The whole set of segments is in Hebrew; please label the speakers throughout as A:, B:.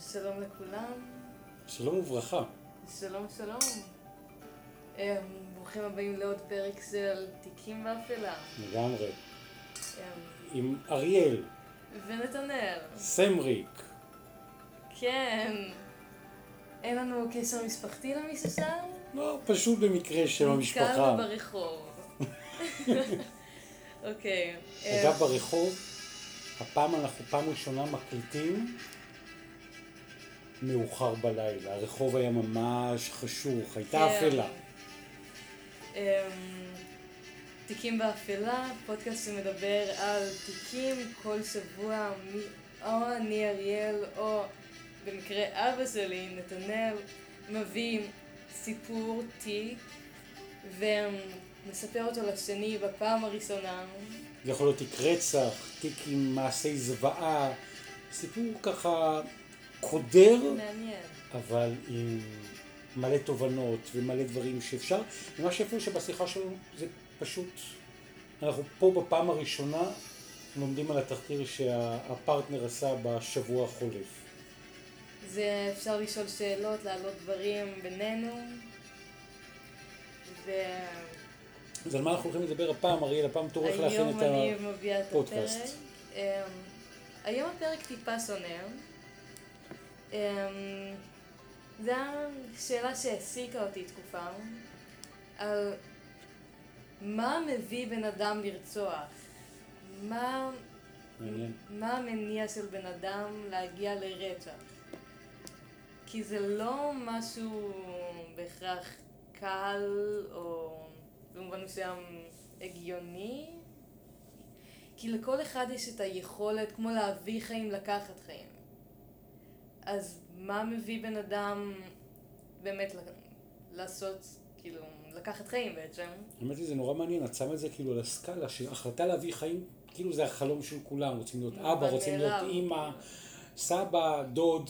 A: שלום לכולם.
B: שלום וברכה.
A: שלום. ברוכים הבאים לעוד פרק של תיקים באפלה.
B: לגמרי.
A: אמ,
B: עם אריאל,
A: ונתנאל.
B: סמריק.
A: כן. אין לנו קשר משפחתי למי ששאל?
B: לא, פשוט במקרה של המשפחה.
A: נתקלנו ברחוב. אוקיי.
B: אגב, ברחוב, הפעם אנחנו פעם ראשונה מקליטים מאוחר בלילה. הרחוב היה ממש חשוך, הייתה אפלה.
A: תיקים באפלה, פודקאסט שמדבר על תיקים כל שבוע, או אני אריאל, או במקרה אבא שלי, נתנאל, מביא סיפור תיק ומספר אותו לשני בפעם הראשונה.
B: זה יכול להיות תיק רצח, תיק עם מעשי זוועה, סיפור ככה קודר,
A: מעניין.
B: אבל עם מלא תובנות ומלא דברים שאפשר. ומה שיפה שבשיחה שלנו זה פשוט, אנחנו פה בפעם הראשונה לומדים על התחקיר שהפרטנר עשה בשבוע החולף.
A: זה אפשר לשאול שאלות, להעלות דברים בינינו.
B: אז על מה אנחנו הולכים לדבר הפעם, אריאל? הפעם תורך להכין את הפודקאסט.
A: היום אני מביאה את הפרק. היום הפרק טיפה שונה. זו שאלה שהעסיקה אותי תקופה, על מה מביא בן אדם לרצוח? מה המניע של בן אדם להגיע לרצח? כי זה לא משהו בהכרח קל או במובן מסוים הגיוני, כי לכל אחד יש את היכולת כמו להביא חיים, לקחת חיים. אז מה מביא בן אדם באמת לעשות, כאילו, לקחת חיים בעצם?
B: האמת היא, זה נורא מעניין, את שמה את זה כאילו על הסקאלה, שהחלטה להביא חיים, כאילו זה החלום של כולם, רוצים להיות אבא, רוצים להיות אמא, סבא, דוד.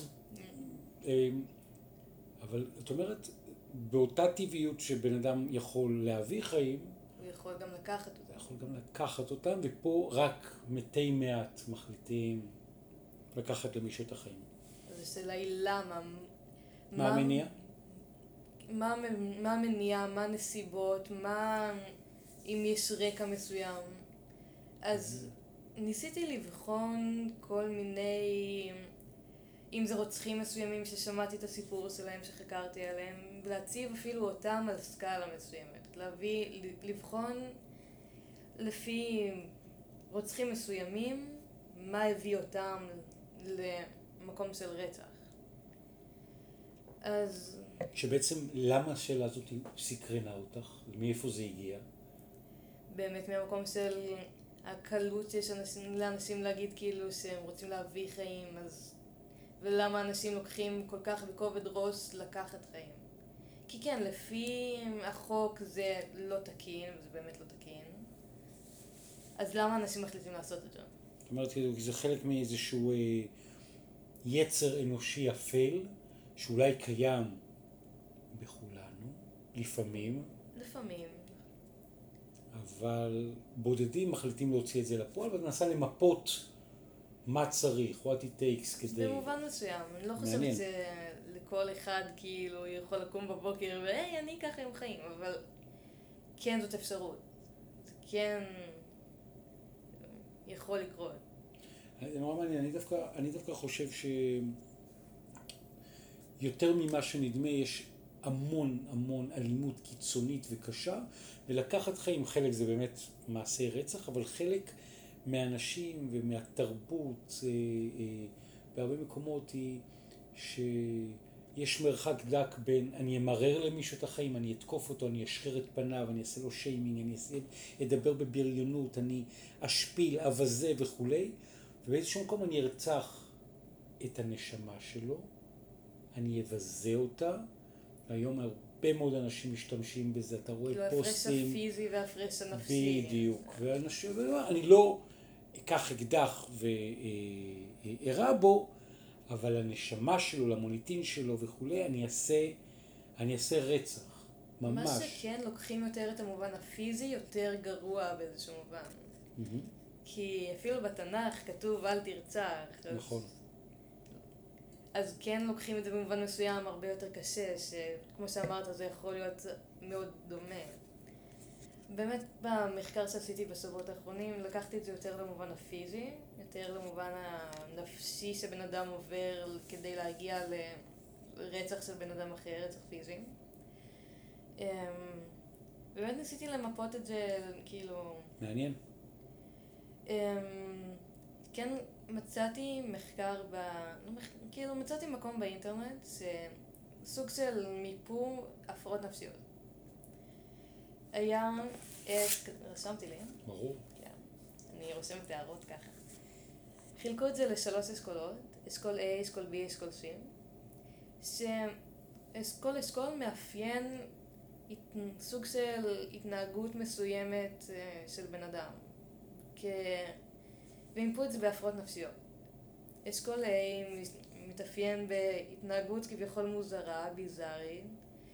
B: אבל את אומרת, באותה טבעיות שבן אדם יכול להביא חיים,
A: הוא יכול גם לקחת אותם.
B: יכול גם לקחת אותם, ופה רק מתי מעט מחליטים לקחת למישהו את החיים.
A: אז השאלה היא למה?
B: מה המניע?
A: מה המניע, מה הנסיבות, אם יש רקע מסוים. אז ניסיתי לבחון כל מיני, אם זה רוצחים מסוימים ששמעתי את הסיפור שלהם, שחקרתי עליהם, להציב אפילו אותם על סקאלה מסוימת. לבחון לפי רוצחים מסוימים, מה הביא אותם למקום של רצח. אז
B: שבעצם למה השאלה הזאת סקרנה אותך? מאיפה זה הגיע?
A: באמת מהמקום של הקלות שיש לאנשים להגיד כאילו שהם רוצים להביא חיים, אז ולמה אנשים לוקחים כל כך בכובד ראש לקחת חיים. כי כן, לפי החוק זה לא תקין, וזה באמת לא תקין. אז למה אנשים מחליטים לעשות את זה?
B: זאת אומרת, כי זה חלק מאיזשהו יצר אנושי אפל, שאולי קיים בכולנו, לפעמים. אבל בודדים מחליטים להוציא את זה לפועל, וננסה למפות מה צריך, what it takes כדי...
A: במובן מסוים, אני לא חושבת שלכל אחד כאילו יכול לקום בבוקר והי, אני ככה עם חיים, אבל כן זאת אפשרות. זה כן יכול לקרות.
B: זה נורא מעניין, אני דווקא חושב שיותר ממה שנדמה יש המון אלימות קיצונית וקשה, ולקחת חיים, חלק זה באמת מעשי רצח, אבל חלק מהאנשים ומהתרבות בהרבה מקומות היא שיש מרחק דק בין אני אמרר למישהו את החיים, אני אתקוף אותו, אני אשחרר את פניו, אני אעשה לו שיימינג, אני אדבר בבריונות, אני אשפיל, אבזה וכו', ובאיזשהו מקום אני ארצח את הנשמה שלו, אני אבזה אותה. היום הרבה מאוד אנשים משתמשים בזה, אתה רואה
A: כאילו
B: פוסטים.
A: הפרש הפיזי והפרש הנפשי.
B: בדיוק, אני לא אקח אקדח וארע בו, אבל הנשמה שלו, למוניטין שלו וכולי, אני אעשה רצח, ממש.
A: מה שכן, לוקחים יותר את המובן הפיזי, יותר גרוע באיזשהו מובן. כי אפילו בתנ"ך כתוב אל תרצח.
B: נכון.
A: אז כן לוקחים את זה במובן מסוים הרבה יותר קשה, שכמו שאמרת זה יכול להיות מאוד דומה. באמת במחקר שעשיתי בשבועות האחרונים לקחתי את זה יותר למובן הפיזי, יותר למובן הנפשי שבן אדם עובר כדי להגיע לרצח של בן אדם אחר, רצח פיזי. באמת ניסיתי למפות את זה כאילו...
B: מעניין.
A: כן מצאתי מחקר כאילו מצאתי מקום באינטרנט סוג של מיפור הפרעות נפשיות. היה, רשמתי לי.
B: ברור.
A: כן, אני רושמת הערות ככה. חילקו את זה לשלוש אשכולות, אשכול A, אשכול B, אשכול C, שאשכול אשכול מאפיין סוג של התנהגות מסוימת של בן אדם. ואימפו את זה בהפרעות נפשיות. אשכול A מתאפיין בהתנהגות כביכול מוזרה, ביזארית,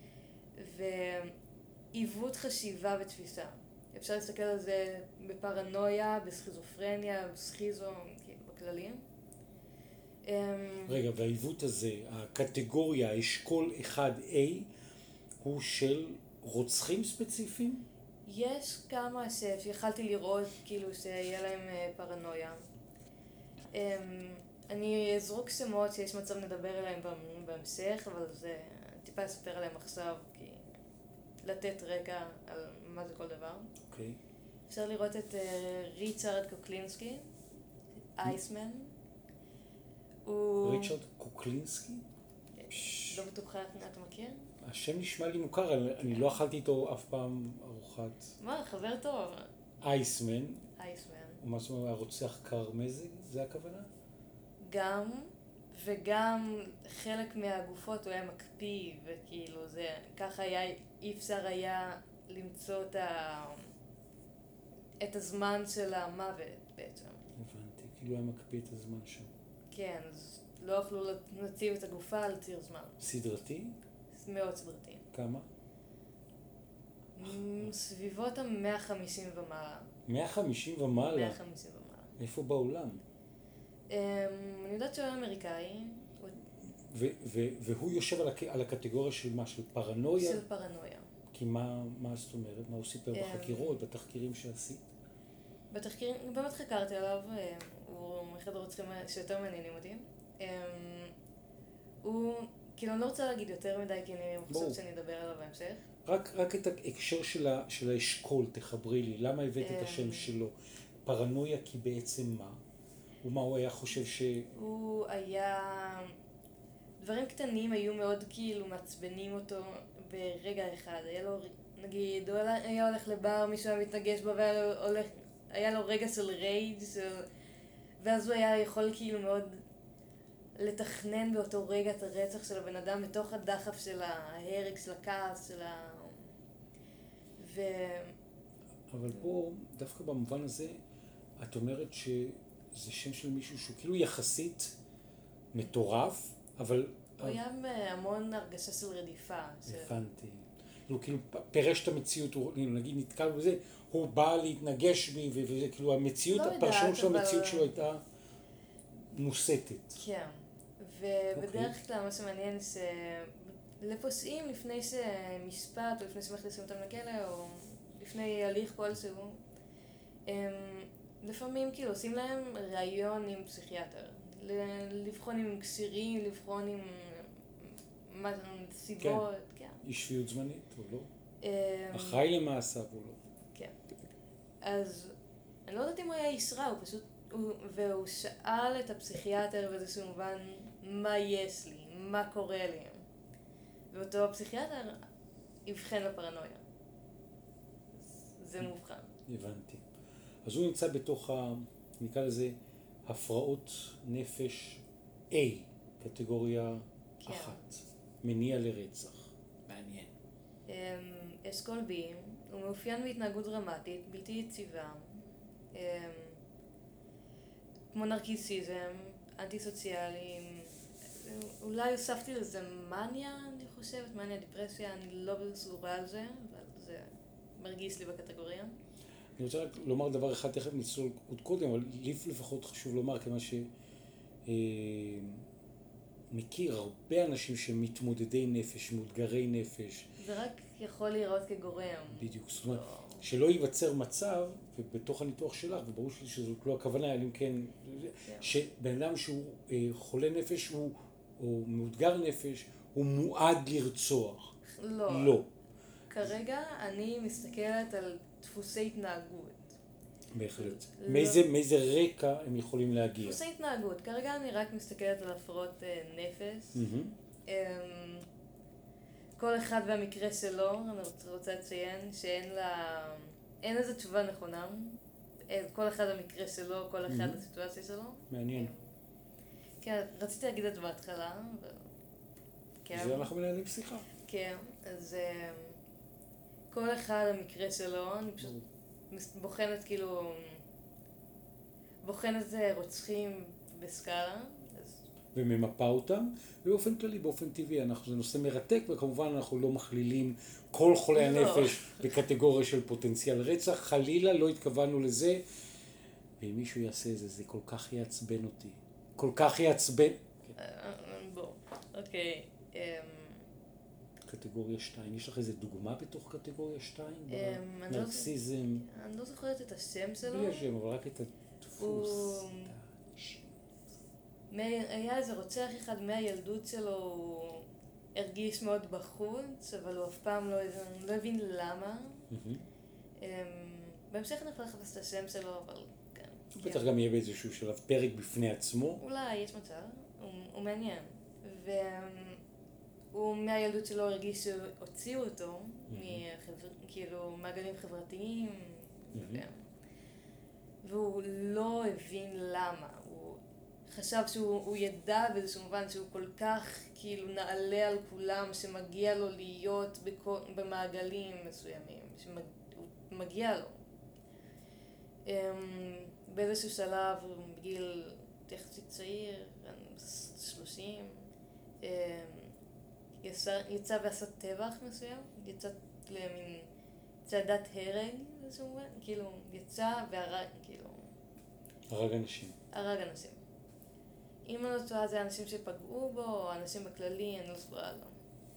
A: ועיוות חשיבה ותפיסה. אפשר להסתכל על זה בפרנויה, בסכיזופרניה, בסכיזו, בכללים.
B: רגע, והעיוות הזה, הקטגוריה, האשכול 1A, הוא של רוצחים ספציפיים?
A: יש כמה שיכלתי לראות כאילו שיהיה להם פרנויה. אני אזרוק שמות שיש מצב נדבר עליהם בהמשך, אבל זה טיפה אספר עליהם עכשיו, כי לתת רקע על מה זה כל דבר.
B: אוקיי.
A: אפשר לראות את ריצ'רד קוקלינסקי, אייסמן.
B: ריצ'רד קוקלינסקי?
A: לא בטוחה, אתה מכיר?
B: השם נשמע לי מוכר, אני לא אכלתי איתו אף פעם ארוחת.
A: מה, חבר טוב.
B: אייסמן.
A: אייסמן.
B: מה זאת אומרת, הרוצח קר מזג? זה הכוונה?
A: גם, וגם חלק מהגופות הוא היה מקפיא, וכאילו זה, ככה היה, אי אפשר היה למצוא את הזמן של המוות בעצם.
B: הבנתי, כאילו היה מקפיא את הזמן שם.
A: כן, אז לא יכלו להציב את הגופה על ציר זמן.
B: סדרתי?
A: מאוד סדרתי.
B: כמה?
A: סביבות ה-150 ומעלה.
B: 150 ומעלה?
A: 150 ומעלה.
B: איפה בעולם?
A: אני יודעת שהוא היה אמריקאי.
B: והוא יושב על הקטגוריה של מה? של פרנויה?
A: של פרנויה.
B: כי מה זאת אומרת? מה הוא סיפר בחקירות, בתחקירים שעשית?
A: בתחקירים, באמת חקרתי עליו, הוא אחד הרוצחים שיותר מעניינים אותי. הוא, כאילו אני לא רוצה להגיד יותר מדי, כי אני חושבת שאני אדבר עליו בהמשך.
B: רק את ההקשר של האשכול תחברי לי, למה הבאת את השם שלו? פרנויה כי בעצם מה? ומה הוא היה חושב
A: הוא היה... דברים קטנים היו מאוד כאילו מעצבנים אותו ברגע אחד. היה לו, נגיד, הוא היה הולך לבר, מישהו היה מתנגש בו והיה לו רגע של רייג' ואז הוא היה יכול כאילו מאוד לתכנן באותו רגע את הרצח של הבן אדם בתוך הדחף של ההרג, של הכעס, של
B: אבל פה, דווקא במובן הזה, את אומרת שזה שם של מישהו שהוא כאילו יחסית מטורף, אבל...
A: הוא היה בהמון הרגשה של רדיפה.
B: הבנתי. הוא כאילו פירש את המציאות, הוא נגיד נתקל בזה, הוא בא להתנגש בי, וזה כאילו המציאות, הפרשנות של המציאות שלו הייתה מוסתת.
A: כן, ובדרך כלל מה שמעניין שלפושעים לפני שמשפט או לפני שמכניסים אותם לכלא או לפני הליך כלשהו, לפעמים כאילו עושים להם ראיון עם פסיכיאטר, לבחון אם הם כשירים, לבחון אם סיבות, כן.
B: אי שפיות זמנית או לא? אחראי למעשיו או לא?
A: כן. אז אני לא יודעת אם הוא היה איש רע, הוא פשוט, והוא שאל את הפסיכיאטר באיזשהו מובן, מה יש לי, מה קורה לי. ואותו הפסיכיאטר יבחן לפרנויה. זה מובחן.
B: הבנתי. אז הוא נמצא בתוך, נקרא לזה, הפרעות נפש A, קטגוריה אחת. מניע לרצח. מעניין.
A: אשכול B, הוא מאופיין בהתנהגות דרמטית, בלתי יציבה, כמו נרקיסיזם, אנטי סוציאלי, אולי הוספתי לזה מניה, אני חושבת, מניה דיפרסיה, אני לא סגורה על זה, אבל זה מרגיש לי בקטגוריה.
B: אני רוצה רק לומר דבר אחד, תכף נצלול עוד קודם, אבל לפחות חשוב לומר, כיוון מכיר הרבה אנשים שמתמודדי נפש, מאותגרי נפש.
A: זה רק יכול להיראות כגורם.
B: בדיוק, זאת אומרת, שלא ייווצר מצב, ובתוך הניתוח שלך, וברור שלי שזאת לא הכוונה, אלא אם כן, שבן אדם שהוא חולה נפש, או מאותגר נפש, הוא מועד לרצוח.
A: לא.
B: לא.
A: כרגע אני מסתכלת על דפוסי התנהגות.
B: בהחלט.
A: לא.
B: מאיזה רקע הם יכולים להגיע?
A: דפוסי התנהגות. כרגע אני רק מסתכלת על הפרעות נפש. כל אחד והמקרה שלו, אני רוצה לציין אין לזה תשובה נכונה. כל אחד המקרה שלו, כל אחד הסיטואציה שלו.
B: מעניין.
A: כן, רציתי להגיד את זה בהתחלה.
B: זה אנחנו מנהלים שיחה.
A: כן, אז כל אחד המקרה שלו, אני פשוט בוחנת כאילו, בוחנת רוצחים בסקאלה.
B: וממפה אותם, ובאופן כללי, באופן טבעי, זה נושא מרתק, וכמובן אנחנו לא מכלילים כל חולי הנפש בקטגוריה של פוטנציאל רצח, חלילה לא התכוונו לזה, ואם מישהו יעשה את זה, זה כל כך יעצבן אותי. כל כך יעצבן.
A: בוא, אוקיי.
B: קטגוריה 2, יש לך איזה דוגמה בתוך קטגוריה 2? נרקסיזם.
A: אני לא זוכרת את השם שלו.
B: בלי השם, אבל רק את הדפוס.
A: היה איזה רוצח אחד מהילדות שלו, הוא הרגיש מאוד בחוץ, אבל הוא אף פעם לא הבין למה. בהמשך אני יכולה לחפש את השם שלו, אבל כן.
B: בטח גם יהיה באיזשהו שלב פרק בפני עצמו.
A: אולי, יש מצב. הוא מעניין. והוא מהילדות שלו הרגיש שהוציאו אותו, כאילו מעגלים חברתיים, והוא לא הבין למה. חשב שהוא ידע באיזשהו מובן שהוא כל כך כאילו נעלה על כולם, שמגיע לו להיות במעגלים מסוימים, שמגיע לו. באיזשהו שלב, בגיל יחסית צעיר, 30, יצא ועשה טבח מסוים, יצא למין צעדת הרג, באיזשהו מובן, כאילו יצא והרג, כאילו...
B: הרג אנשים.
A: הרג אנשים. אם אני לא טועה, זה אנשים שפגעו בו, או אנשים בכללי, אני לא סבורה לו.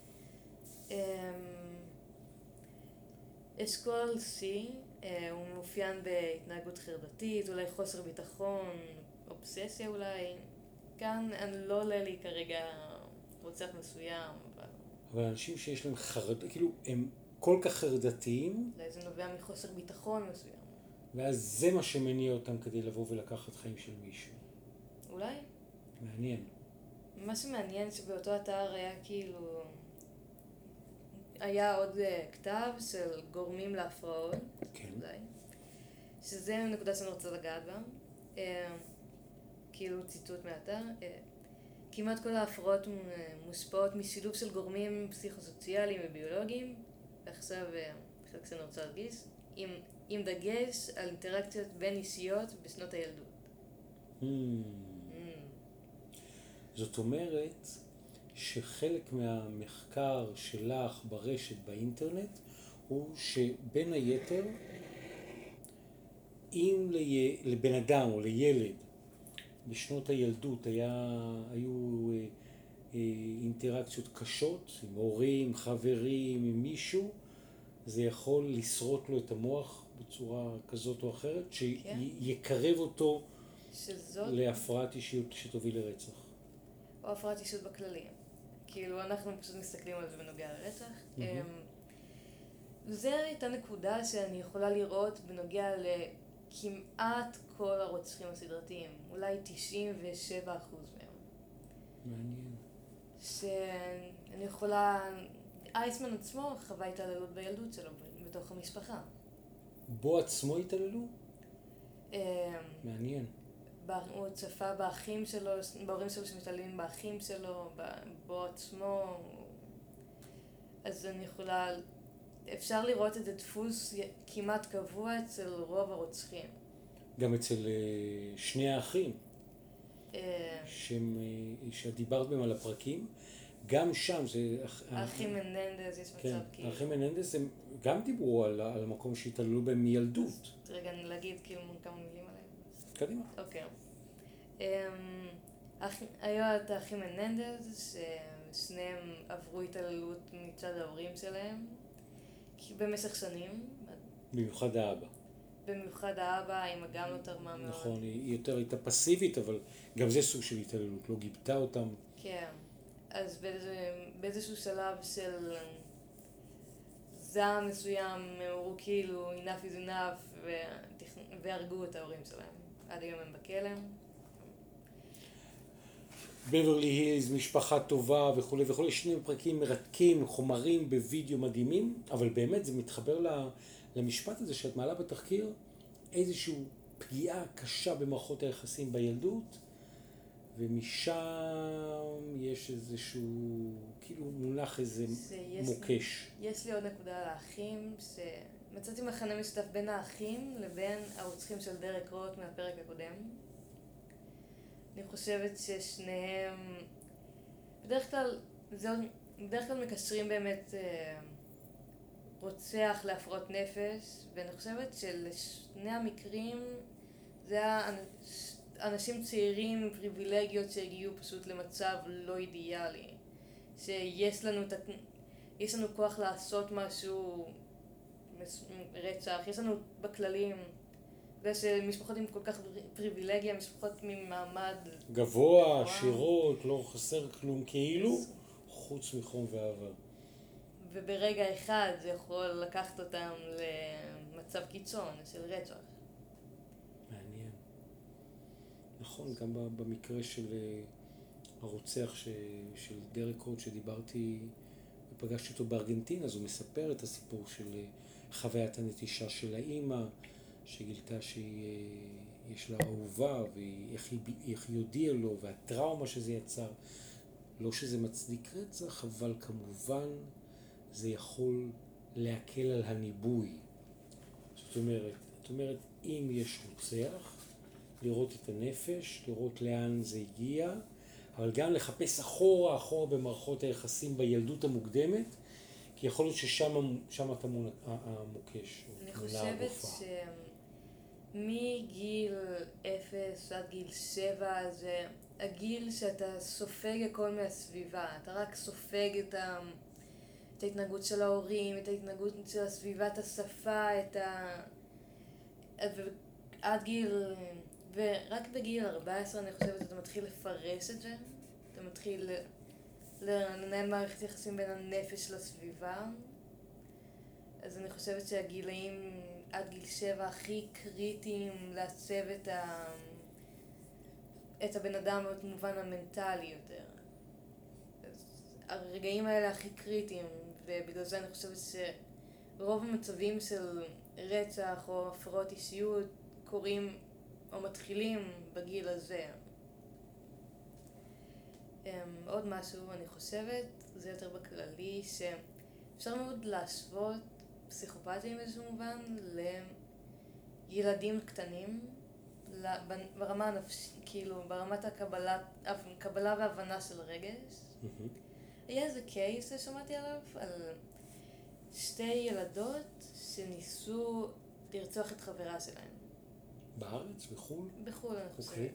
A: אשכול C, הוא מאופיין בהתנהגות חרדתית, אולי חוסר ביטחון, אובססיה אולי. כאן אני לא עולה לי כרגע רוצח מסוים.
B: אבל אנשים שיש להם כאילו הם כל כך חרדתיים.
A: אולי זה נובע מחוסר ביטחון מסוים.
B: ואז זה מה שמניע אותם כדי לבוא ולקחת חיים של מישהו.
A: אולי?
B: מעניין.
A: מה שמעניין שבאותו אתר היה כאילו... היה עוד כתב של גורמים להפרעות.
B: כן.
A: אולי. שזה נקודה שאני רוצה לגעת בה. כאילו ציטוט מהאתר. כמעט כל ההפרעות מושפעות משילוב של גורמים פסיכוסוציאליים וביולוגיים. ועכשיו, חלק שאני רוצה להרגיש, עם דגש על אינטראקציות בין אישיות בשנות הילדות.
B: זאת אומרת שחלק מהמחקר שלך ברשת באינטרנט הוא שבין היתר אם לבן אדם או לילד בשנות הילדות היו אינטראקציות קשות עם הורים, חברים, עם מישהו, זה יכול לשרוט לו את המוח בצורה כזאת או אחרת, שיקרב אותו להפרעת אישיות שתוביל לרצח.
A: או הפרעת אישיות בכללי. כאילו, אנחנו פשוט מסתכלים על זה בנוגע לרצח. וזה הייתה נקודה שאני יכולה לראות בנוגע לכמעט כל הרוצחים הסדרתיים. אולי 97% מהם.
B: מעניין.
A: שאני יכולה... אייסמן עצמו חווה התעללות בילדות שלו בתוך המשפחה.
B: בו עצמו התעללו? מעניין.
A: הוא צפה באחים שלו, בהורים שלו שמתעללים באחים שלו, בו עצמו. אז אני יכולה... אפשר לראות את דפוס כמעט קבוע אצל רוב הרוצחים.
B: גם אצל שני האחים, שדיברת בהם על הפרקים, גם שם זה...
A: האחים מננדס, יש מצב
B: כן,
A: כאילו.
B: האחים מננדס הם גם דיברו על המקום שהתעללו בהם מילדות.
A: רגע, אני להגיד כאילו כמה מילים עליהם.
B: קדימה.
A: אוקיי. היו את האחים מננדז, ששניהם עברו התעללות מצד ההורים שלהם במשך שנים.
B: במיוחד האבא.
A: במיוחד האבא, האמא גם לא תרמה מאוד.
B: נכון, היא יותר הייתה פסיבית, אבל גם זה סוג של התעללות, לא גיבתה אותם.
A: כן, אז באיזשהו שלב של זעם מסוים, הוא כאילו enough is enough, והרגו את ההורים שלהם. עד היום הם בכלא.
B: בברלי הילס, משפחה טובה וכו' וכו', שני פרקים מרתקים, חומרים בווידאו מדהימים, אבל באמת זה מתחבר למשפט הזה שאת מעלה בתחקיר, איזושהי פגיעה קשה במערכות היחסים בילדות, ומשם יש איזשהו, כאילו מונח איזה מוקש.
A: יש לי עוד נקודה על האחים, שמצאתי מכנה משותף בין האחים לבין הרוצחים של דרק רוט מהפרק הקודם. אני חושבת ששניהם, בדרך כלל מקשרים באמת רוצח להפרעות נפש, ואני חושבת שלשני המקרים זה היה אנשים צעירים עם פריבילגיות שהגיעו פשוט למצב לא אידיאלי. שיש לנו כוח לעשות משהו, רצח, יש לנו בכללים. ושמשפחות עם כל כך פריבילגיה, משפחות ממעמד
B: גבוה, עשירות, לא חסר כלום כאילו, חוץ מחום ואהבה.
A: וברגע אחד זה יכול לקחת אותם למצב קיצון של רצח.
B: מעניין. נכון, גם במקרה של הרוצח של דרק רוט שדיברתי ופגשתי אותו בארגנטינה, אז הוא מספר את הסיפור של חוויית הנטישה של האימא, שגילתה שיש לה אהובה ואיך היא הודיעה לו, והטראומה שזה יצר. לא שזה מצדיק רצח, אבל כמובן זה יכול להקל על הניבוי. זאת אומרת, אם יש רוצח, לראות את הנפש, לראות לאן זה הגיע, אבל גם לחפש אחורה במערכות היחסים בילדות המוקדמת, כי יכול להיות ששם טמון המוקש.
A: אני חושבת מגיל 0 עד גיל 7 זה הגיל שאתה סופג הכל מהסביבה. אתה רק סופג את ההתנהגות של ההורים, את ההתנהגות של הסביבה, את השפה, ורק בגיל 14 אני חושבת שאתה מתחיל לפרש את זה. אתה מתחיל לנהל מערכת יחסים בין הנפש לסביבה. אז אני חושבת שהגילאים עד גיל 7 הכי קריטיים לעצב את הבן אדם במובן המנטלי יותר. אז הרגעים האלה הכי קריטיים, ובגלל זה אני חושבת שרוב המצבים של רצח או הפרעות אישיות קורים או מתחילים בגיל הזה. עוד משהו, אני חושבת, זה יותר בכללי, שאפשר מאוד להשוות פסיכופתים באיזשהו מובן לילדים קטנים, ברמה הנפשית, כאילו ברמת הקבלה והבנה של רגש. היה איזה קייס ששמעתי עליו, על שתי ילדות שניסו לרצוח את חברה שלהם.
B: בארץ? בחו"ל?
A: בחו"ל, אני חושבת.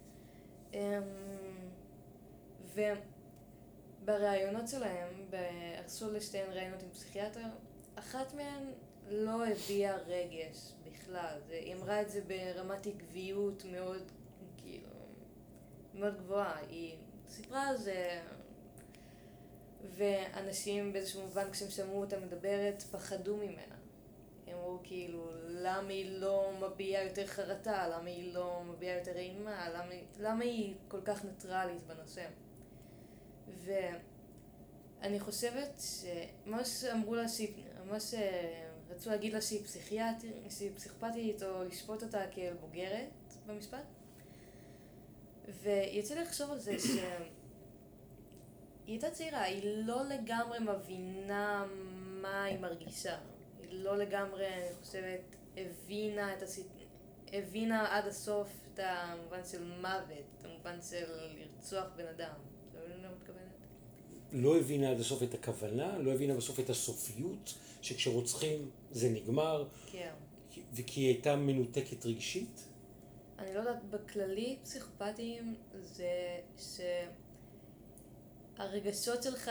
A: ובראיונות שלהם, עשו לשתיהן ראיונות עם פסיכיאטר, אחת מהן לא הביאה רגש בכלל. היא אמרה את זה ברמת עקביות מאוד, כאילו, מאוד גבוהה. היא סיפרה על זה, ואנשים באיזשהו מובן כשהם שמעו אותה מדברת פחדו ממנה. הם אמרו כאילו, למה היא לא מביעה יותר חרטה? למה היא לא מביעה יותר אימה? למה היא כל כך ניטרלית בנושא? ואני חושבת שמה שאמרו לה מה שרצו להגיד לה שהיא פסיכופתית או לשפוט אותה כאל בוגרת במשפט. ויצא לי לחשוב על זה שהיא הייתה צעירה, היא לא לגמרי מבינה מה היא מרגישה. היא לא לגמרי, אני חושבת, הבינה עד הסוף את המובן של מוות, את המובן של לרצוח בן אדם. אתה מבין מה מתכוונת?
B: לא הבינה עד הסוף את הכוונה, לא הבינה בסוף את הסופיות, שכשרוצחים זה נגמר.
A: כן.
B: וכי היא הייתה מנותקת רגשית?
A: אני לא יודעת, בכללי פסיכופטיים זה שהרגשות שלך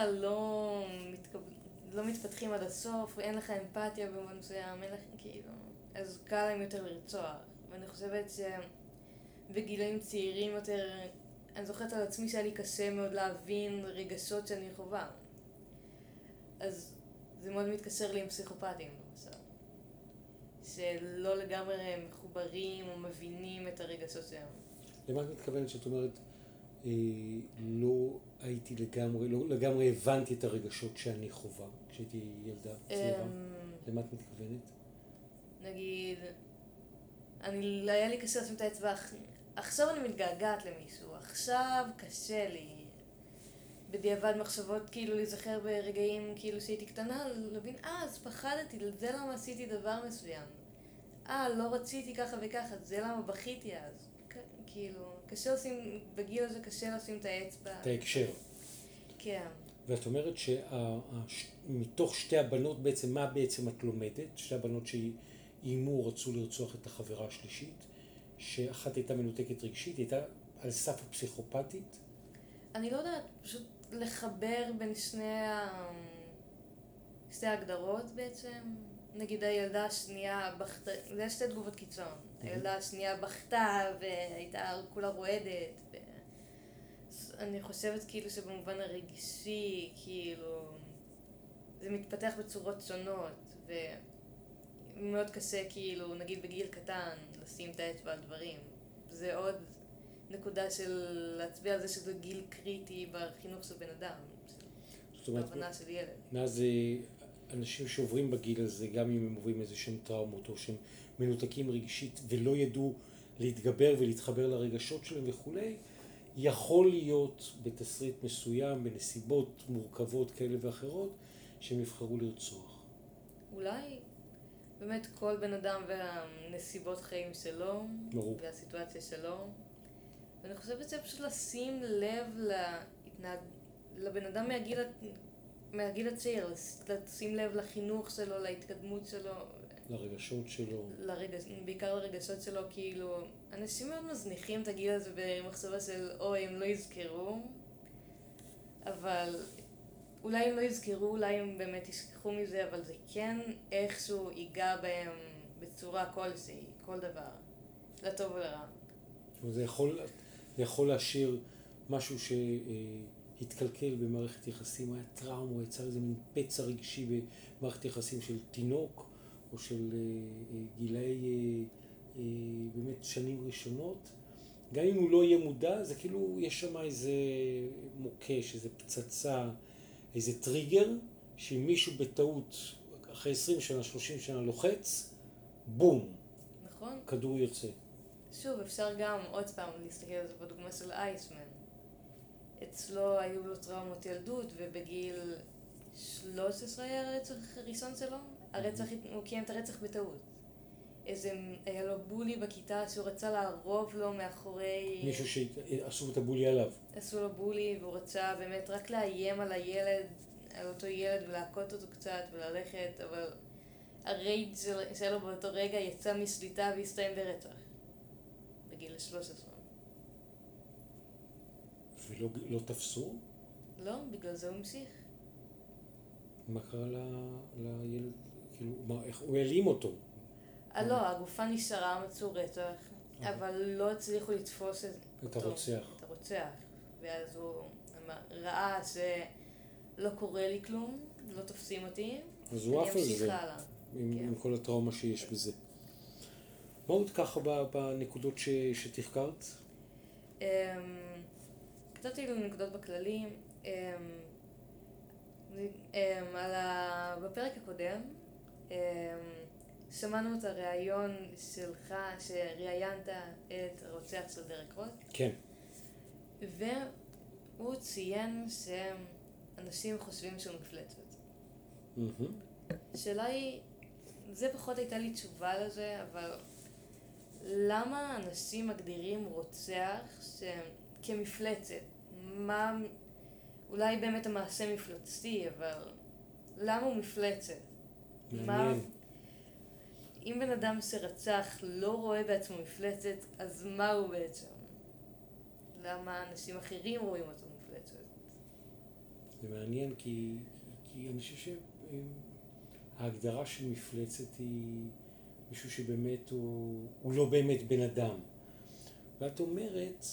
A: לא מתפתחים עד הסוף, אין לך אמפתיה במובן מסוים, אין לך כאילו, אז קל להם יותר לרצוח. ואני חושבת שבגילאים צעירים יותר, אני זוכרת על עצמי שהיה לי קשה מאוד להבין רגשות שאני חווה. אז זה מאוד מתקשר לי עם פסיכופטים, למשל. שלא לגמרי מחוברים או מבינים את הרגשות שלהם.
B: למה את מתכוונת שאת אומרת, לא הייתי לגמרי, לא לגמרי הבנתי את הרגשות שאני חווה כשהייתי ילדה צעירה? למה את מתכוונת?
A: נגיד, היה לי קשה לשים את האצבע, עכשיו אני מתגעגעת למישהו, עכשיו קשה לי. בדיעבד מחשבות כאילו להיזכר ברגעים כאילו שהייתי קטנה, להבין, אז פחדתי, זה למה עשיתי דבר מסוים. לא רציתי ככה וככה, זה למה בכיתי אז. כאילו, קשה לשים, בגיל הזה קשה לשים את האצבע.
B: את ההקשר.
A: כן.
B: ואת אומרת שמתוך שתי הבנות בעצם, מה בעצם את לומדת? שתי הבנות שאיימו, רצו לרצוח את החברה השלישית, שאחת הייתה מנותקת רגשית, הייתה על סף הפסיכופתית?
A: אני לא יודעת, פשוט לחבר בין שתי ההגדרות בעצם. נגיד הילדה השנייה בכתה, זה שתי תגובות קיצון. הילדה השנייה בכתה והייתה כולה רועדת. אני חושבת כאילו שבמובן הרגשי, כאילו, זה מתפתח בצורות שונות, ומאוד קשה כאילו, נגיד בגיל קטן, לשים את האצבע על דברים. זה עוד נקודה של להצביע על זה שזה גיל קריטי בחינוך של בן אדם, בהבנה של ילד.
B: מאז אנשים שעוברים בגיל הזה, גם אם הם עוברים איזה שהם טראומות או שהם מנותקים רגשית ולא ידעו להתגבר ולהתחבר לרגשות שלהם וכולי, יכול להיות בתסריט מסוים, בנסיבות מורכבות כאלה ואחרות, שהם יבחרו לרצוח.
A: אולי באמת כל בן אדם והנסיבות חיים שלו, והסיטואציה שלו. ואני חושבת שזה פשוט לשים לב לבן אדם מהגיל הצעיר, לשים לב לחינוך שלו, להתקדמות שלו.
B: לרגשות שלו.
A: בעיקר לרגשות שלו, כאילו, אנשים מאוד מזניחים את הגיל הזה במחשבה של, הם לא יזכרו, אבל אולי הם לא יזכרו, אולי הם באמת ישכחו מזה, אבל זה כן איכשהו ייגע בהם בצורה כלשהי, כל דבר, לטוב ולרע.
B: זה יכול להשאיר משהו שהתקלקל במערכת יחסים, היה טראומה, יצא לזה מין פצע רגשי במערכת יחסים של תינוק, או של גילאי באמת שנים ראשונות. גם אם הוא לא יהיה מודע, זה כאילו יש שם איזה מוקש, איזה פצצה, איזה טריגר, שאם מישהו בטעות אחרי 20 שנה, 30 שנה לוחץ, בום.
A: נכון.
B: כדור יוצא.
A: שוב, אפשר גם עוד פעם להסתכל על זה בדוגמה של אייסמן. אצלו היו לו טראומות ילדות, ובגיל 13 היה הרצח הראשון שלו. הוא קיים את הרצח בטעות. היה לו בולי בכיתה שהוא רצה לערוב לו מאחורי...
B: מישהו שעשו את הבולי עליו.
A: עשו לו בולי והוא רצה באמת רק לאיים על הילד, על אותו ילד ולהכות אותו קצת וללכת, אבל הרייד שלו באותו רגע יצא משליטה והסתיים ברצח. בגיל 13.
B: ולא תפסו?
A: לא, בגלל זה הוא המשיך.
B: מה קרה לילד? כאילו, הוא העלים אותו.
A: לא, הגופה נשארה, מצאו רצח, אבל לא הצליחו לתפוס
B: את הרוצח.
A: את הרוצח. ואז הוא ראה שלא קורה לי כלום, לא תופסים אותי,
B: אז הוא עף על זה, עם כל הטראומה שיש בזה. מה עוד ככה בנקודות שתחקרת?
A: כתבתי לו נקודות בכללי. בפרק הקודם שמענו את הראיון שלך שראיינת את הרוצח של דרק רוט.
B: כן.
A: והוא ציין שאנשים חושבים שהוא מפלצת. השאלה היא, זה פחות הייתה לי תשובה לזה, אבל למה אנשים מגדירים רוצח כמפלצת? אולי באמת המעשה מפלצתי, אבל למה הוא מפלצת?
B: מעניין.
A: אם בן אדם שרצח לא רואה בעצמו מפלצת, אז מה הוא בעצם? למה אנשים אחרים רואים אותו מפלצת?
B: זה מעניין כי אני חושב שההגדרה של מפלצת היא מישהו שבאמת הוא לא באמת בן אדם. ואת אומרת...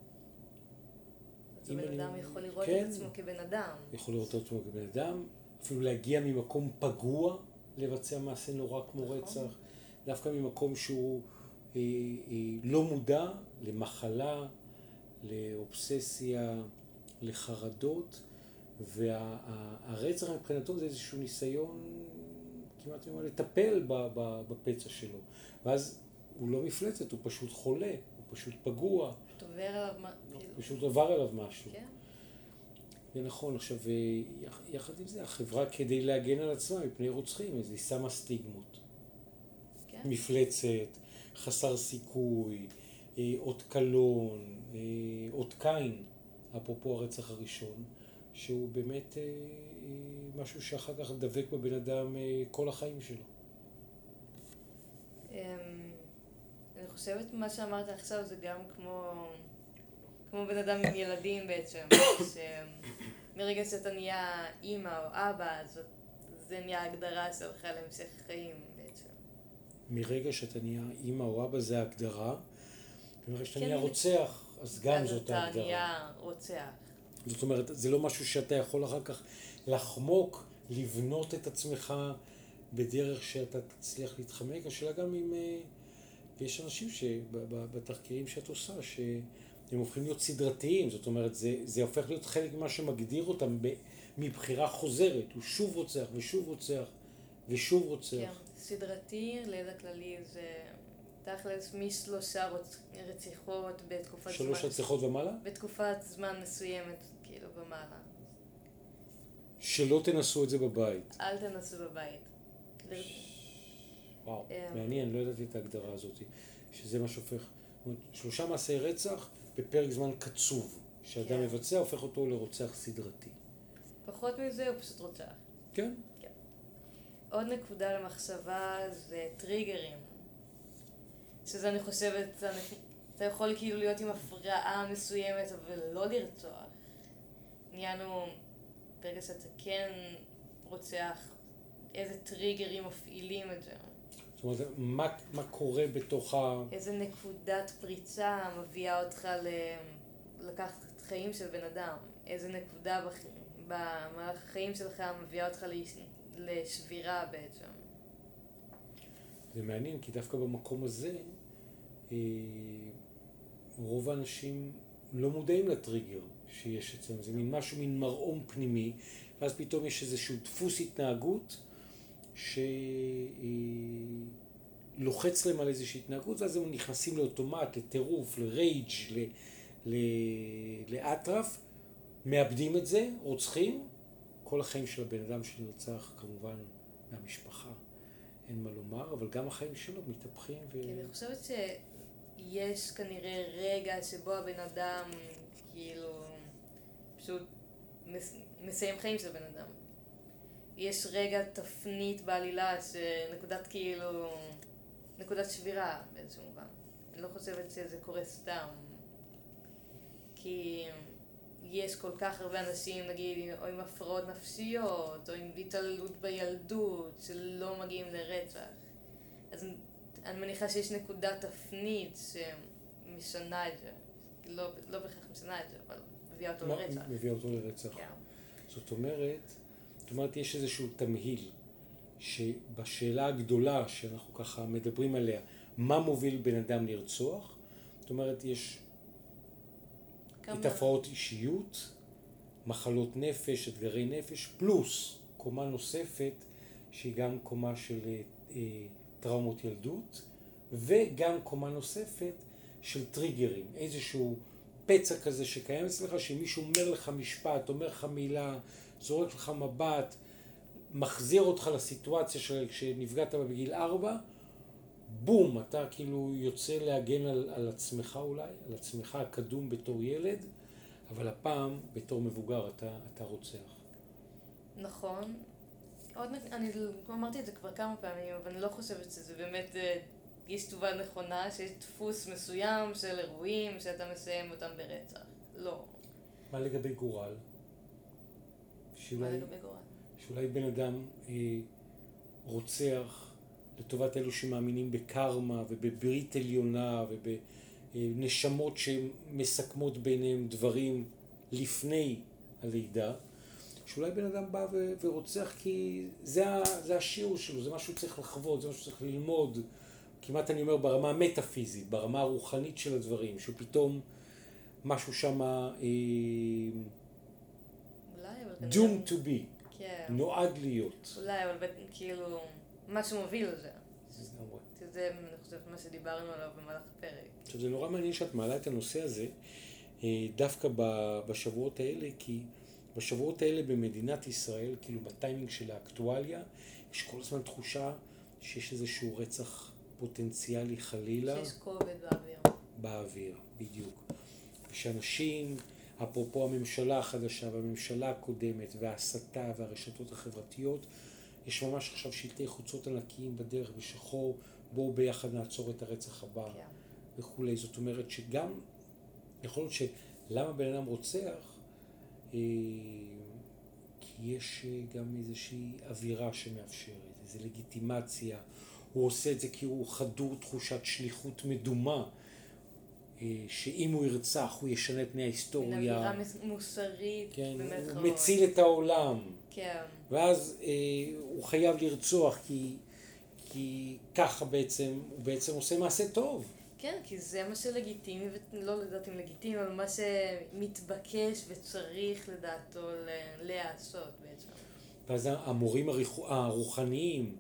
A: אז הבן אדם יכול לראות
B: כן,
A: את עצמו כבן אדם.
B: יכול לראות את עצמו כבן אדם, אפילו להגיע ממקום פגוע, לבצע מעשה נורא כמו רצח, דווקא ממקום שהוא לא מודע למחלה, לאובססיה, לחרדות, והרצח מבחינתו זה איזשהו ניסיון כמעט לטפל בפצע שלו. ואז הוא לא מפלצת, הוא פשוט חולה, הוא פשוט פגוע. פשוט עבר עליו משהו.
A: כן.
B: זה נכון. עכשיו, יחד עם זה, החברה כדי להגן על עצמה מפני רוצחים, אז היא שמה סטיגמות.
A: כן.
B: מפלצת, חסר סיכוי, אות קלון, אות קין, אפרופו הרצח הראשון, שהוא באמת משהו שאחר כך דבק בבן אדם כל החיים שלו.
A: אני חושבת מה שאמרת עכשיו זה גם כמו בן אדם עם ילדים בעצם, שמרגע שאתה נהיה אימא או אבא, זה נהיה הגדרה שלך להמשך חיים בעצם.
B: מרגע שאתה נהיה אימא או אבא זה ההגדרה, ומרגע שאתה נהיה רוצח, אז גם זאת ההגדרה.
A: אז אתה נהיה רוצח.
B: זאת אומרת, זה לא משהו שאתה יכול אחר כך לחמוק, לבנות את עצמך בדרך שאתה תצליח להתחמק, השאלה גם אם... ויש אנשים שבתחקירים שאת עושה, שהם הופכים להיות סדרתיים, זאת אומרת, זה הופך להיות חלק ממה שמגדיר אותם מבחירה חוזרת, הוא שוב רוצח ושוב רוצח ושוב רוצח.
A: כן, סדרתי, לידע כללי, זה תכלס משלושה רציחות בתקופת זמן...
B: 3 רציחות ומעלה?
A: בתקופת זמן מסוימת, כאילו, ומעלה.
B: שלא תנסו את זה בבית.
A: אל תנסו בבית.
B: וואו, מעניין, לא ידעתי את ההגדרה הזאת, שזה מה שהופך, 3 מעשי רצח בפרק זמן קצוב, שאדם מבצע הופך אותו לרוצח סדרתי.
A: פחות מזה הוא פשוט רוצח.
B: כן?
A: כן. עוד נקודה למחשבה זה טריגרים. שזה אני חושבת, אתה יכול כאילו להיות עם הפרעה מסוימת אבל לא לרצוח. עניינו, ברגע שאתה כן רוצח, איזה טריגרים מפעילים את זה.
B: זאת אומרת, מה קורה בתוך
A: איזה נקודת פריצה מביאה אותך לקחת את החיים של בן אדם? איזה נקודה במהלך החיים שלך מביאה אותך לשבירה בעצם?
B: זה מעניין, כי דווקא במקום הזה, רוב האנשים לא מודעים לטריגר שיש אצלם. זה מין מרעום פנימי, ואז פתאום יש איזשהו דפוס התנהגות, שלוחץ להם על איזושהי התנהגות, ואז הם נכנסים לאוטומט, לטירוף, לרייג', לאטרף, מאבדים את זה, רוצחים. כל החיים של הבן אדם שנרצח, כמובן, מהמשפחה, אין מה לומר, אבל גם החיים שלו מתהפכים.
A: אני חושבת שיש כנראה רגע שבו הבן אדם, כאילו, פשוט מסיים חיים של בן אדם. יש רגע תפנית בעלילה שנקודת כאילו, נקודת שבירה באיזשהו מובן. אני לא חושבת שזה קורה סתם. כי יש כל כך הרבה אנשים, נגיד, או עם הפרעות נפשיות, או עם התעללות בילדות, שלא מגיעים לרצח. אז אני מניחה שיש נקודת תפנית שמשנה את זה. לא בהכרח משנה את זה, אבל מביאה אותו לרצח.
B: מביאה אותו לרצח.
A: כן.
B: זאת אומרת, יש איזשהו תמהיל, שבשאלה הגדולה שאנחנו ככה מדברים עליה, מה מוביל בן אדם לרצוח? זאת אומרת, יש את הפרעות אישיות, מחלות נפש, אתגרי נפש, פלוס קומה נוספת, שהיא גם קומה של טראומות ילדות, וגם קומה נוספת של טריגרים, איזשהו פצע כזה שקיים אצלך, שמישהו אומר לך משפט, אומר לך מילה, זורק לך מבט, מחזיר אותך לסיטואציה שנפגעת בגיל 4, בום, אתה כאילו יוצא להגן על עצמך אולי, על עצמך הקדום בתור ילד, אבל הפעם בתור מבוגר אתה רוצח.
A: נכון. אני אמרתי את זה כבר כמה פעמים, אבל אני לא חושבת שזה באמת, יש תשובה נכונה, שיש דפוס מסוים של אירועים שאתה מסיים אותם ברצח. לא.
B: מה לגבי גורל?
A: מה לגבי גורל?
B: שאולי בן אדם רוצח לטובת אלו שמאמינים בקרמה ובברית עליונה ובנשמות שמסכמות ביניהם דברים לפני הלידה, שאולי בן אדם בא ורוצח כי זה השיעור שלו, זה מה שהוא צריך לחוות, זה מה שהוא צריך ללמוד, כמעט אני אומר ברמה המטאפיזית, ברמה הרוחנית של הדברים, שפתאום משהו שם doomed to be,
A: כן.
B: נועד להיות.
A: אולי, אבל כאילו, משהו מוביל לזה. זה, אני חושבת, מה שדיברנו עליו במהלך הפרק.
B: עכשיו, זה נורא מעניין שאת מעלה את הנושא הזה, דווקא בשבועות האלה, כי בשבועות האלה במדינת ישראל, כאילו בטיימינג של האקטואליה, יש כל הזמן תחושה שיש איזשהו רצח פוטנציאלי חלילה.
A: שיש כובד באוויר.
B: באוויר, בדיוק. ושאנשים, אפרופו הממשלה החדשה והממשלה הקודמת וההסתה והרשתות החברתיות, יש ממש עכשיו שלטי חוצות ענקיים בדרך בשחור, בואו ביחד נעצור את הרצח הבא וכולי. זאת אומרת שגם, יכול להיות שלמה בן אדם רוצח, כי יש גם איזושהי אווירה שמאפשרת, איזו לגיטימציה. הוא עושה את זה כי הוא חדור תחושת שליחות מדומה, שאם הוא ירצח הוא ישנה את פני ההיסטוריה.
A: מן אווירה מוסרית,
B: כן,
A: במרכאות.
B: הוא מציל את העולם.
A: כן.
B: ואז הוא חייב לרצוח כי ככה בעצם, הוא בעצם עושה מעשה טוב.
A: כן, כי זה מה שלגיטימי, ולא לדעת אם לגיטימי, אבל מה שמתבקש וצריך לדעתו לעשות בעצם.
B: ואז המורים הרוחניים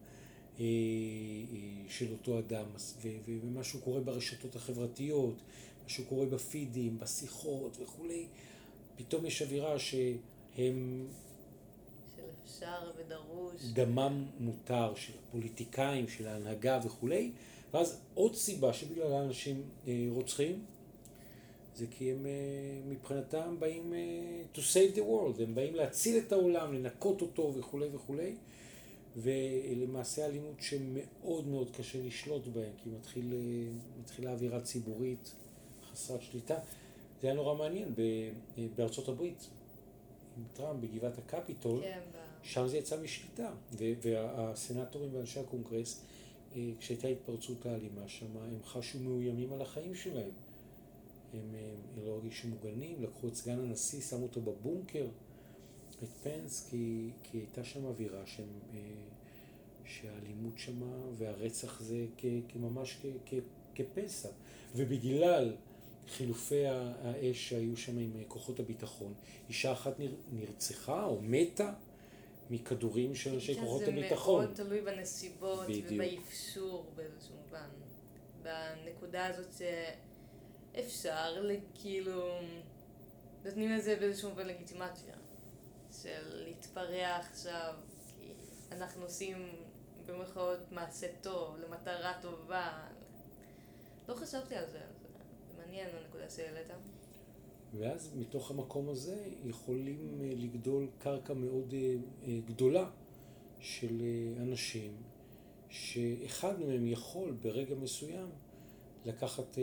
B: של אותו אדם, ומשהו קורה ברשתות החברתיות, משהו קורה בפידים, בשיחות וכולי, פתאום יש אווירה שהם...
A: של אפשר ודרוש.
B: דמם מותר של הפוליטיקאים, של ההנהגה וכולי, ואז עוד סיבה שבגלל האנשים רוצחים, זה כי הם מבחינתם באים to save the world, הם באים להציל את העולם, לנקות אותו וכולי וכולי, ולמעשה אלימות שמאוד מאוד קשה לשלוט בהם, כי מתחילה אווירה ציבורית חסרת שליטה. זה היה נורא מעניין בארצות הברית, עם טראמפ בגבעת הקפיטול,
A: כן,
B: שם זה יצא משליטה, והסנטורים ואנשי הקונגרס, כשהייתה התפרצות האלימה שם, הם חשו מאוימים על החיים שלהם. הם לא הרגישו מוגנים, לקחו את סגן הנשיא, שמו אותו בבונקר, את פנס, כי הייתה שם אווירה שהאלימות שם והרצח זה ממש כפסע. ובגלל חילופי האש שהיו שם עם כוחות הביטחון, אישה אחת נרצחה או מתה מכדורים של אנשי כוחות הביטחון.
A: זה מאוד תלוי בנסיבות ובאפשור באיזשהו מובן. בנקודה הזאת שאפשר כאילו נותנים לזה באיזשהו מובן לגיטימציה של להתפרע עכשיו כי אנחנו עושים במרכאות מעשה טוב למטרה טובה. לא חשבתי על זה, זה מעניין הנקודה שהעלית.
B: ואז מתוך המקום הזה יכולים לגדול קרקע מאוד גדולה של אנשים שאחד מהם יכול ברגע מסוים לקחת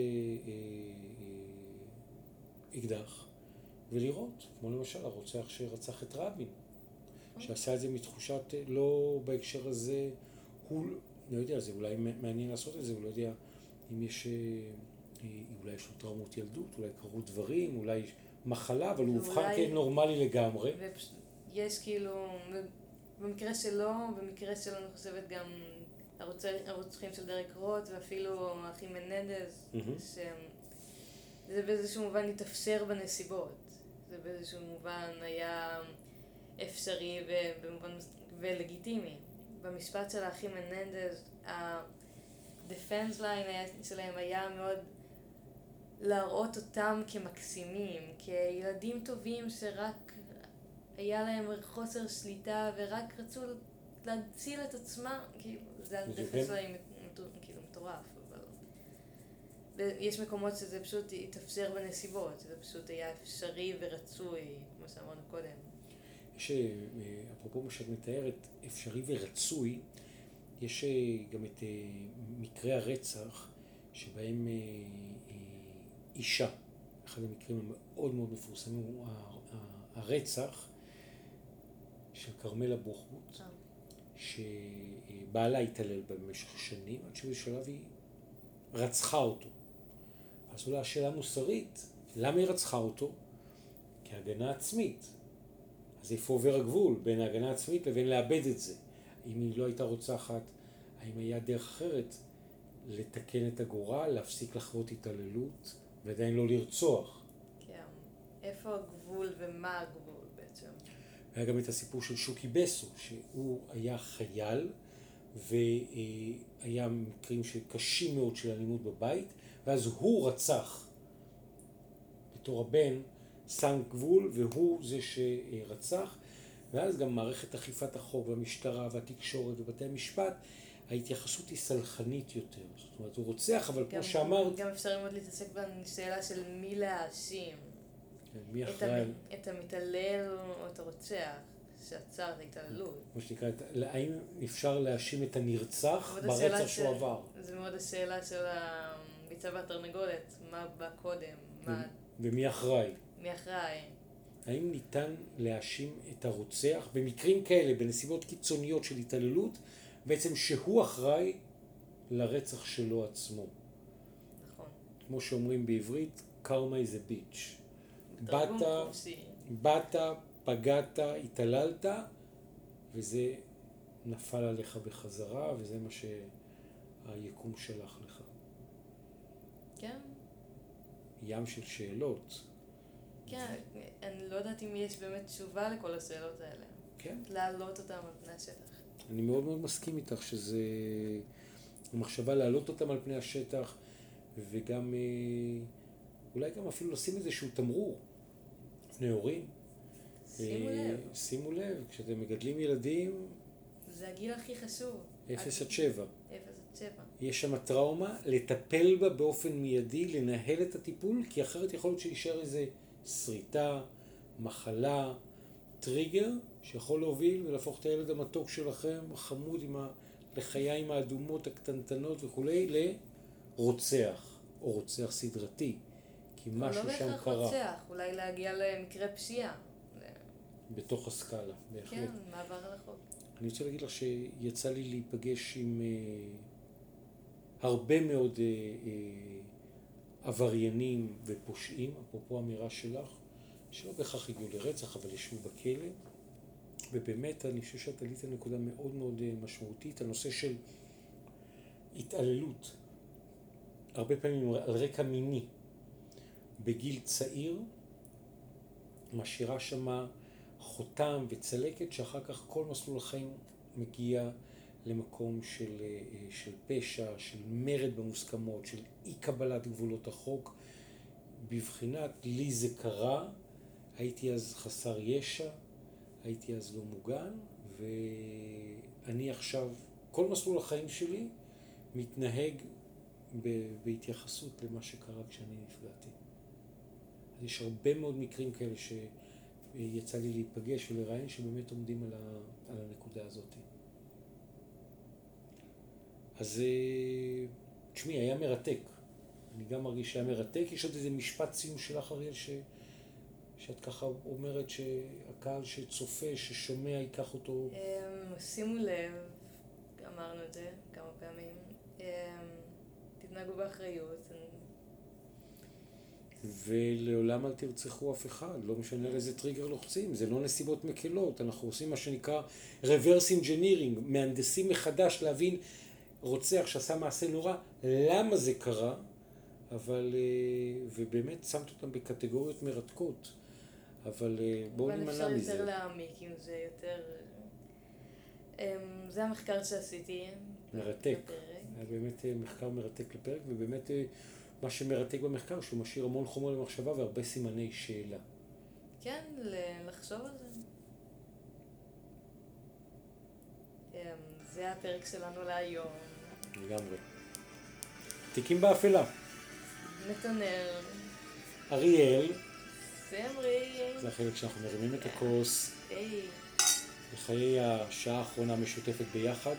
B: אקדח ולירות, כמו למשל הרוצח שרצח את רבין, שעשה את זה מתחושת, לא בהקשר הזה, הוא לא יודע, זה אולי מעניין לעשות את זה, הוא לא יודע אם יש... אולי יש לו טראומות ילדות, אולי קרו דברים, אולי מחלה, אבל הוא הובחר כנורמלי לגמרי.
A: ויש כאילו, במקרה שלו, במקרה שלו אני חושבת גם הרוצחים של דרק רוט, ואפילו האחים מננדז, שזה באיזשהו מובן התאפשר בנסיבות. זה באיזשהו מובן היה אפשרי ולגיטימי. במשפט של האחים מננדז, ה-defense line שלהם היה מאוד להראות אותם כמקסימים, כילדים טובים שרק היה להם חוסר שליטה ורק רצו להציל את עצמם, כאילו זה הדפנס שלהם כאילו מטורף, אבל יש מקומות שזה פשוט התאפשר בנסיבות, שזה פשוט היה אפשרי ורצוי, כמו שאמרנו קודם.
B: אפרופו מה שאת מתארת, אפשרי ורצוי, יש גם את מקרי הרצח שבהם אישה, אחד המקרים המאוד מאוד מפורסמים הוא הרצח של כרמלה בוחבוט, שבעלה התעלל בה במשך שנים, עד שבשלב היא רצחה אותו. אז אולי השאלה מוסרית, למה היא רצחה אותו? כהגנה עצמית. אז איפה עובר הגבול בין ההגנה העצמית לבין לאבד את זה? אם היא לא הייתה רוצחת, האם היה דרך אחרת לתקן את הגורל, להפסיק לחוות התעללות ועדיין לא לרצוח?
A: כן, איפה הגבול ומה הגבול בעצם?
B: היה גם את הסיפור של שוקי בסו, שהוא היה חייל והיה מקרים קשים מאוד של אלימות בבית, ואז הוא רצח בתור הבן, שם גבול והוא זה שרצח, ואז גם מערכת אכיפת החוק והמשטרה והתקשורת ובתי המשפט, ההתייחסות היא סלחנית יותר. זאת אומרת, הוא רוצח, אבל כמו שאמרת...
A: גם אפשר מאוד להתעסק בשאלה של מי להאשים.
B: מי אחראי?
A: את המתעלל או את הרוצח שעצר את ההתעללות.
B: כמו שנקרא, האם אפשר להאשים את הנרצח ברצח שהוא עבר?
A: זה מאוד השאלה של הביצה והתרנגולת, מה בא קודם,
B: ומי אחראי?
A: מי אחראי?
B: האם ניתן להאשים את הרוצח במקרים כאלה, בנסיבות קיצוניות של התעללות, בעצם שהוא אחראי לרצח שלו עצמו?
A: נכון.
B: כמו שאומרים בעברית, karma is a bitch. באת, פגעת, התעללת, וזה נפל עליך בחזרה, וזה מה שהיקום שלח לך.
A: כן.
B: ים של שאלות.
A: כן, אני לא יודעת אם יש באמת תשובה לכל השאלות האלה.
B: כן.
A: להעלות אותם על פני השטח.
B: אני מאוד מאוד מסכים איתך שזה המחשבה להעלות אותם על פני השטח, וגם אולי גם אפילו לשים איזשהו תמרור לפני הורים.
A: שימו לב.
B: שימו לב, כשאתם מגדלים ילדים...
A: זה הגיל הכי חשוב.
B: 0 עד 7.
A: 0 עד 7.
B: יש שם טראומה, לטפל בה באופן מיידי, לנהל את הטיפול, כי אחרת יכול להיות שישאר איזה שריטה, מחלה, טריגר, שיכול להוביל ולהפוך את הילד המתוק שלכם, חמוד עם לחיים האדומות הקטנטנות וכולי, לרוצח, או רוצח סדרתי, כי משהו שם קרה.
A: לא בהכרח רוצח, אולי להגיע למקרה פשיעה.
B: בתוך הסקאלה, בהחלט.
A: כן, מעבר על החוק.
B: אני רוצה להגיד לך שיצא לי להיפגש עם הרבה מאוד עבריינים ופושעים, אפרופו אמירה שלך, שלא בהכרח הגיעו לרצח, אבל ישבו בכלא, ובאמת אני חושב שאת עלית נקודה מאוד מאוד משמעותית, הנושא של התעללות, הרבה פעמים על רקע מיני, בגיל צעיר, משאירה שמה חותם וצלקת, שאחר כך כל מסלול החיים מגיע למקום של פשע, של מרד במוסכמות, של אי קבלת גבולות החוק, בבחינת לי זה קרה, הייתי אז חסר ישע, הייתי אז לא מוגן, ואני עכשיו, כל מסלול החיים שלי מתנהג בהתייחסות למה שקרה כשאני נפגעתי. אז יש הרבה מאוד מקרים כאלה שיצא לי להיפגש ולראיין שבאמת עומדים על הנקודה הזאת. אז תשמעי, היה מרתק. אני גם מרגיש שהיה מרתק. יש עוד איזה משפט סיום שלך, אריאל, שאת ככה אומרת שהקהל שצופה, ששומע, ייקח אותו...
A: שימו לב, אמרנו את זה כמה פעמים, תתנהגו באחריות.
B: ולעולם אל תרצחו אף אחד, לא משנה על איזה טריגר לוחצים, זה לא נסיבות מקלות, אנחנו עושים מה שנקרא reverse engineering, מהנדסים מחדש להבין רוצח שעשה מעשה נורא, למה זה קרה, אבל, ובאמת שמת אותם בקטגוריות מרתקות, אבל בואו נמנע מזה.
A: אבל אפשר יותר להעמיק אם זה יותר... זה המחקר שעשיתי.
B: מרתק, היה באמת מחקר מרתק לפרק, ובאמת מה שמרתק במחקר שהוא משאיר המון חומר למחשבה והרבה סימני שאלה.
A: כן, לחשוב על זה. זה הפרק שלנו להיום.
B: לגמרי. תיקים באפלה.
A: נתנאל.
B: אריאל.
A: סמרי.
B: זה החלק שאנחנו מרימים את הכוס.
A: היי.
B: לחיי השעה האחרונה משותפת ביחד.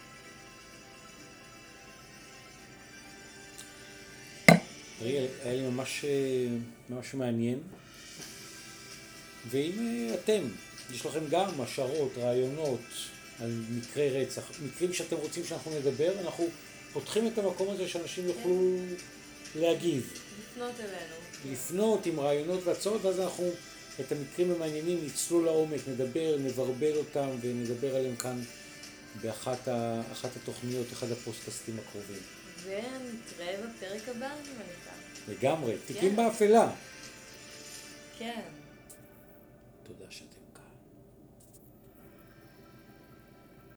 B: היה לי ממש מעניין. ואם אתם, יש לכם גם השערות, רעיונות על מקרי רצח, מקרים שאתם רוצים שאנחנו נדבר, אנחנו פותחים את המקום הזה שאנשים יוכלו להגיב.
A: לפנות אלינו.
B: לפנות עם רעיונות והצעות, ואז אנחנו את המקרים המעניינים נצלול לעומק, נדבר, נברבל אותם ונדבר עליהם כאן באחת התוכניות, אחד הפוסטקאסטים הקרובים.
A: ונתראה בפרק הבא, אני מניחה.
B: לגמרי, תיקים באפלה.
A: כן.
B: תודה.